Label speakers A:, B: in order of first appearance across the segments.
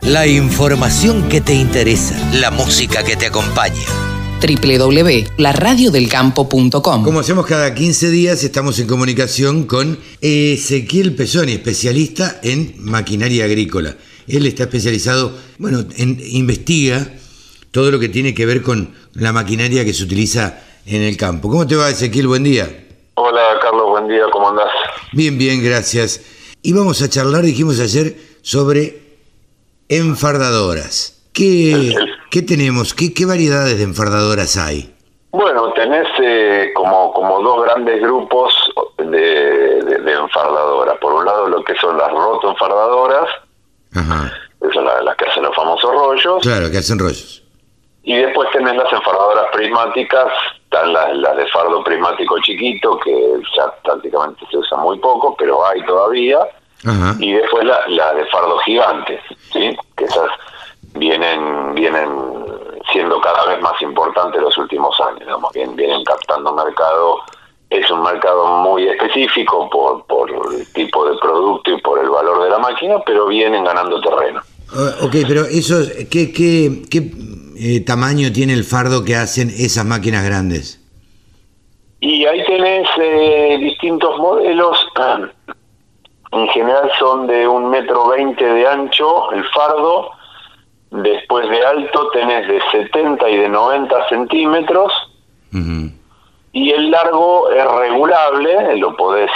A: La información que te interesa, la música que te acompaña.
B: www.laradiodelcampo.com.
C: Como hacemos cada 15 días, estamos en comunicación con Ezequiel Pesoni, especialista en maquinaria agrícola. Él está especializado, investiga todo lo que tiene que ver con la maquinaria que se utiliza en el campo. ¿Cómo te va, Ezequiel? Buen día.
D: Hola, Carlos, buen día, ¿cómo andás?
C: Bien, gracias. Y vamos a charlar, dijimos ayer, sobre enfardadoras. ¿Qué tenemos? ¿Qué variedades de enfardadoras hay?
D: Bueno, tenés como dos grandes grupos de enfardadoras. Por un lado, lo que son las rotoenfardadoras, que son las que hacen los famosos rollos.
C: Claro, que hacen rollos.
D: Y después tenés las enfardadoras prismáticas, están las de fardo prismático chiquito, que ya prácticamente se usa muy poco, pero hay todavía. Ajá. Y después la de fardo gigantes, ¿sí? Que esas vienen siendo cada vez más importantes los últimos años, digamos, vienen captando mercado. Es un mercado muy específico por el tipo de producto y por el valor de la máquina, pero vienen ganando terreno.
C: Ok, pero eso, ¿qué tamaño tiene el fardo que hacen esas máquinas grandes?
D: Y ahí tenés distintos modelos. En general son de 1,20 m de ancho el fardo. Después de alto tenés de 70 y de 90 centímetros. Uh-huh. Y el largo es regulable, lo podés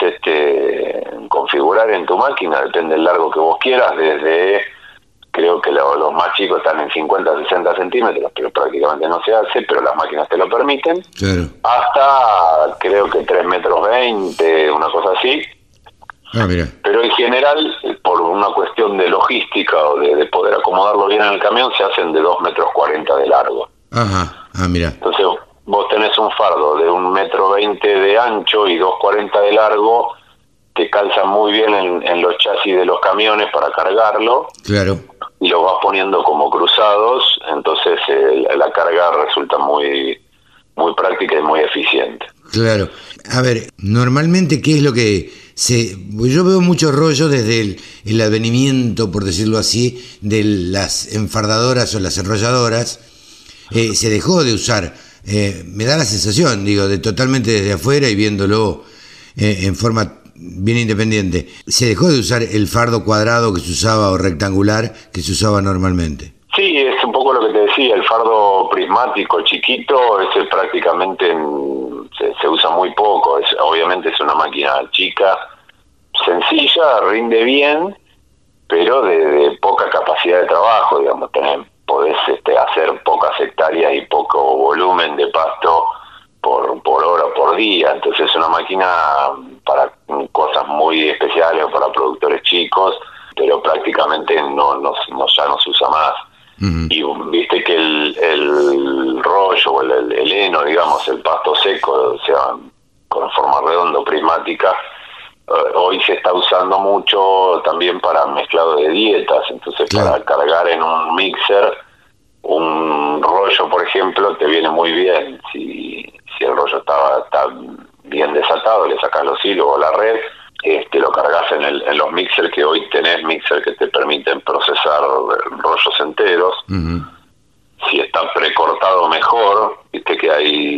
D: configurar en tu máquina, depende del largo que vos quieras, desde, creo que los más chicos están en 50, 60 centímetros, pero prácticamente no se hace, pero las máquinas te lo permiten, claro. Hasta creo que 3,20 m, una cosa así. Mira. Pero en general, por una cuestión de logística o de poder acomodarlo bien en el camión, se hacen de 2,40 m de largo.
C: Ajá, mira.
D: Entonces vos tenés un fardo de 1,20 m de ancho y 2,40 m de largo, que calza muy bien en los chasis de los camiones para cargarlo.
C: Claro.
D: Y lo vas poniendo como cruzados, entonces la carga resulta muy, muy práctica y muy eficiente.
C: Claro. A ver, normalmente, ¿qué es lo que yo veo muchos rollos desde el advenimiento, por decirlo así, de las enfardadoras o las enrolladoras? Se dejó de usar. Me da la sensación, de totalmente desde afuera y viéndolo en forma bien independiente, se dejó de usar el fardo cuadrado que se usaba o rectangular que se usaba normalmente.
D: Sí, es un poco lo que te decía, el fardo prismático chiquito, ese prácticamente se usa muy poco, obviamente es una máquina chica, sencilla, rinde bien, pero de poca capacidad de trabajo, digamos, podés hacer pocas hectáreas y poco volumen de pasto por hora o por día, entonces es una máquina para cosas muy especiales o para productores chicos, pero prácticamente ya no se usa más. Uh-huh. Y viste que el rollo o el heno, digamos, el pasto seco, o sea, con forma redonda prismática, hoy se está usando mucho también para mezclado de dietas, entonces claro. Para cargar en un mixer un rollo, por ejemplo, te viene muy bien. Si el rollo está bien desatado, le sacas los hilos o la red, lo cargas en los mixers, que hoy tenés mixers que te permiten procesar rollos enteros. Uh-huh. Si está precortado, mejor. Viste que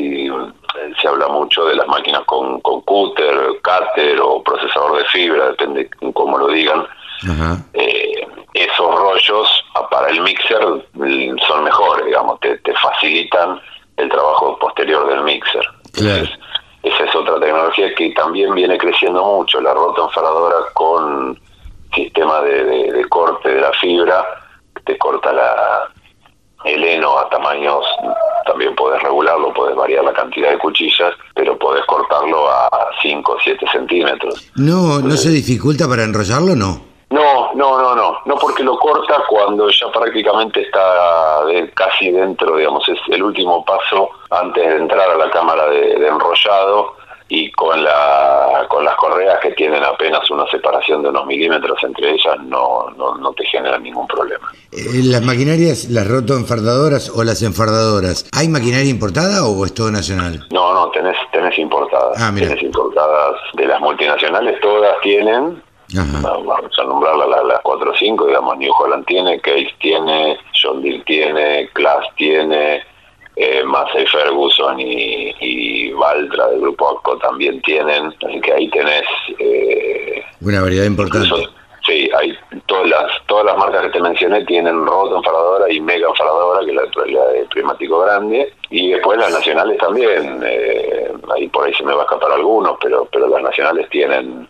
D: se habla mucho de las máquinas con cúter o procesador de fibra, depende cómo lo digan. Uh-huh. Esos rollos para el mixer son mejores, digamos, te facilitan el trabajo posterior del mixer.
C: Claro.
D: Entonces, esa es otra tecnología que también viene creciendo mucho, la rotoenfardadora con sistema de corte de la fibra, te corta el heno a tamaños, también podés regularlo, podés variar la cantidad de cuchillas, pero podés cortarlo a 5 o 7 centímetros.
C: ¿No se dificulta para enrollarlo, no?
D: No, porque lo corta cuando ya prácticamente está casi dentro, digamos, es el último paso antes de entrar a la cámara de enrollado, y con las correas que tienen apenas una separación de unos milímetros entre ellas no te generan ningún problema.
C: Las maquinarias, las rotoenfardadoras o las enfardadoras, ¿hay maquinaria importada o es todo nacional?
D: No, tenés importadas.
C: Mira.
D: Tenés importadas de las multinacionales, todas tienen. vamos a nombrarla las 4 o 5, digamos, New Holland tiene, Case tiene, John Deere tiene, Claas tiene, Massey Ferguson y Valtra del grupo AGCO también tienen, así que ahí tenés
C: una variedad importante.
D: Incluso, sí, hay todas las marcas que te mencioné tienen rotoenfardadora y mega enfardadora, que es la de prismático grande, y después las nacionales también, ahí por ahí se me va a escapar algunos, pero las nacionales tienen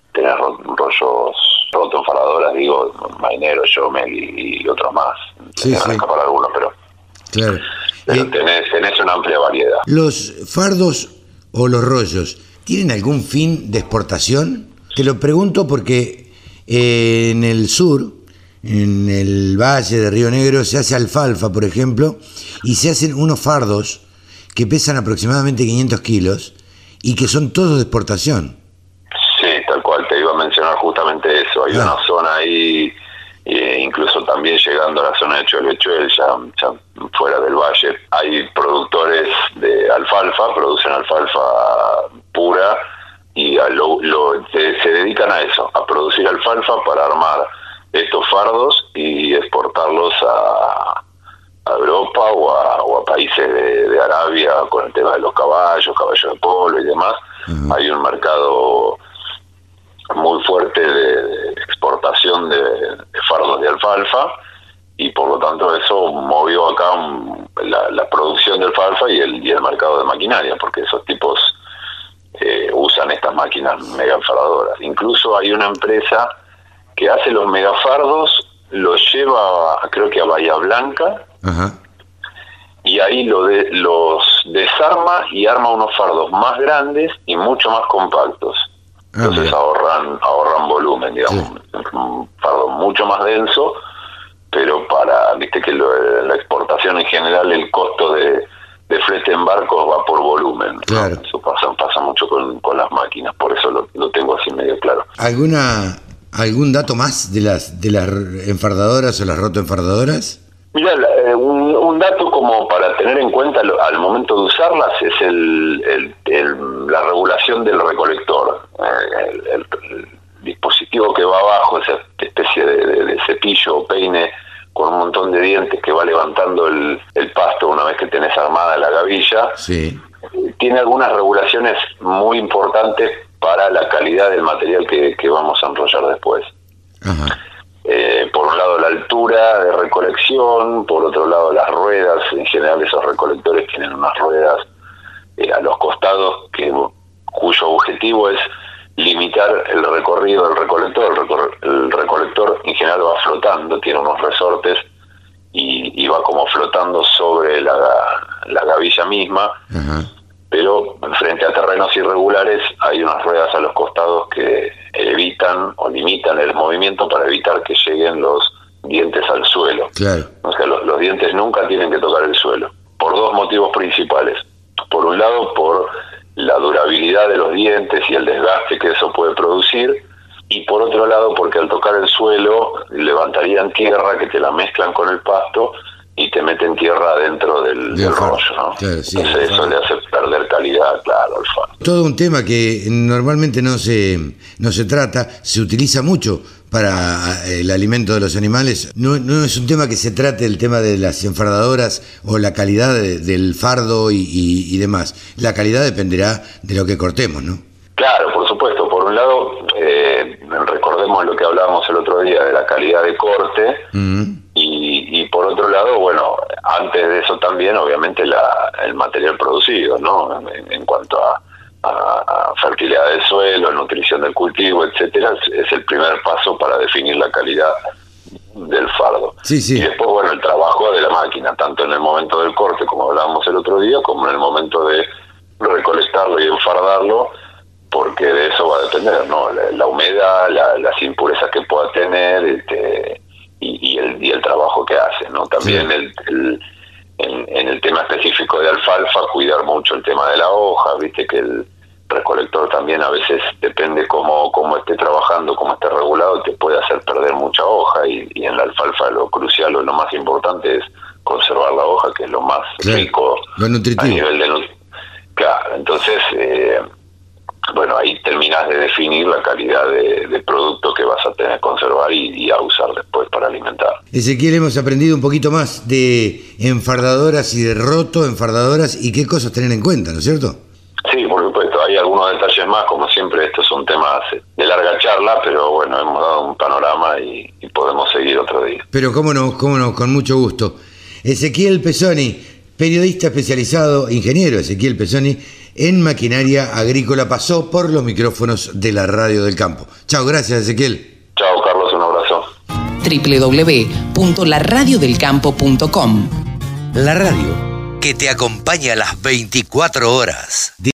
D: rollos rotoenfardadoras, digo, Mainero, Jomel y otros más. Se me van a escapar algunos, pero
C: claro.
D: Tenés una amplia variedad.
C: ¿Los fardos o los rollos tienen algún fin de exportación? Te lo pregunto porque en el sur, en el valle de Río Negro, se hace alfalfa, por ejemplo, y se hacen unos fardos que pesan aproximadamente 500 kilos y que son todos de exportación.
D: Sí, tal cual, te iba a mencionar justamente eso. Hay una zona ahí, incluso también llegando a la zona de Cholechuel, ya fuera del valle, hay productores de alfalfa, producen alfalfa pura y se dedican a eso, a producir alfalfa para armar estos fardos y exportarlos a Europa o a países de Arabia con el tema de los caballos de polo y demás. Hay un mercado muy fuerte de exportación de fardos de alfalfa y por lo tanto eso movió acá la producción de alfalfa y el mercado de maquinaria, porque esos tipos usan estas máquinas mega enfardadoras. Incluso hay una empresa que hace los megafardos, los lleva creo que a Bahía Blanca. Y ahí los desarma y arma unos fardos más grandes y mucho más compactos. Entonces ahorran volumen, digamos. Sí. Un fardo mucho más denso, pero viste que la exportación en general, el costo de flete en barcos va por volumen.
C: Claro.
D: ¿No? Eso pasa mucho con las máquinas, por eso lo tengo así medio claro.
C: ¿Algún dato más de las enfardadoras o las rotoenfardadoras?
D: Mira, un dato como para tener en cuenta al momento de usarlas es la regulación del recolector. El dispositivo que va abajo, esa especie de cepillo o peine con un montón de dientes que va levantando el pasto una vez que tenés armada la gavilla,
C: sí.
D: Tiene algunas regulaciones muy importantes para la calidad del material que vamos a enrollar después. Por un lado la altura de recolección, por otro lado las ruedas. En general esos recolectores tienen unas ruedas a los costados cuyo objetivo es limitar el recorrido del recolector. El recolector en general va flotando, tiene unos resortes y va como flotando sobre la gavilla misma. Pero frente a terrenos irregulares hay unas ruedas a los costados que evitan o limitan el movimiento para evitar que lleguen los dientes al suelo.
C: Claro.
D: O sea, los dientes nunca tienen que tocar el suelo, por dos motivos principales. Por un lado, por la durabilidad de los dientes y el desgaste que eso puede producir, y por otro lado, porque al tocar el suelo levantarían tierra que te la mezclan con el pasto y te meten tierra dentro del rollo, ¿no?
C: Claro, sí,
D: entonces eso le hace perder calidad, claro, al fardo.
C: Todo un tema que normalmente no se trata, se utiliza mucho para el alimento de los animales. No es un tema que se trate el tema de las enfardadoras o la calidad del fardo y demás. La calidad dependerá de lo que cortemos, ¿no?
D: Claro, por supuesto. Por un lado, recordemos lo que hablábamos el otro día de la calidad de corte. Y por otro lado, bueno, antes de eso también, obviamente, el material producido, ¿no? En cuanto a fertilidad del suelo, nutrición del cultivo, etcétera, es el primer paso para definir la calidad del fardo.
C: Sí, sí.
D: Y después, bueno, el trabajo de la máquina, tanto en el momento del corte, como hablábamos el otro día, como en el momento de recolectarlo y enfardarlo, porque de eso va a depender, ¿no? La humedad, las impurezas que pueda tener, y el trabajo que hace, ¿no? También sí. En el tema específico de alfalfa, cuidar mucho el tema de la hoja, viste que el recolector también a veces depende cómo esté trabajando, cómo esté regulado, te puede hacer perder mucha hoja, y en la alfalfa lo crucial o lo más importante es conservar la hoja, que es lo más rico,
C: lo nutritivo.
D: a nivel de claro, entonces bueno, ahí terminás de definir la calidad de producto que vas a tener que conservar y a usar después para alimentar.
C: Ezequiel, hemos aprendido un poquito más de enfardadoras y de roto enfardadoras y qué cosas tener en cuenta, ¿no es cierto?
D: Sí, por supuesto, hay algunos detalles más, como siempre, estos son temas de larga charla, pero bueno, hemos dado un panorama y podemos seguir otro día.
C: Pero cómo no, con mucho gusto. Ezequiel Pezzoni, periodista especializado, ingeniero Ezequiel Pezzoni, en maquinaria agrícola, pasó por los micrófonos de la Radio del Campo. Chao, gracias Ezequiel.
D: Chao Carlos, un abrazo.
A: www.laradiodelcampo.com. La radio que te acompaña a las 24 horas.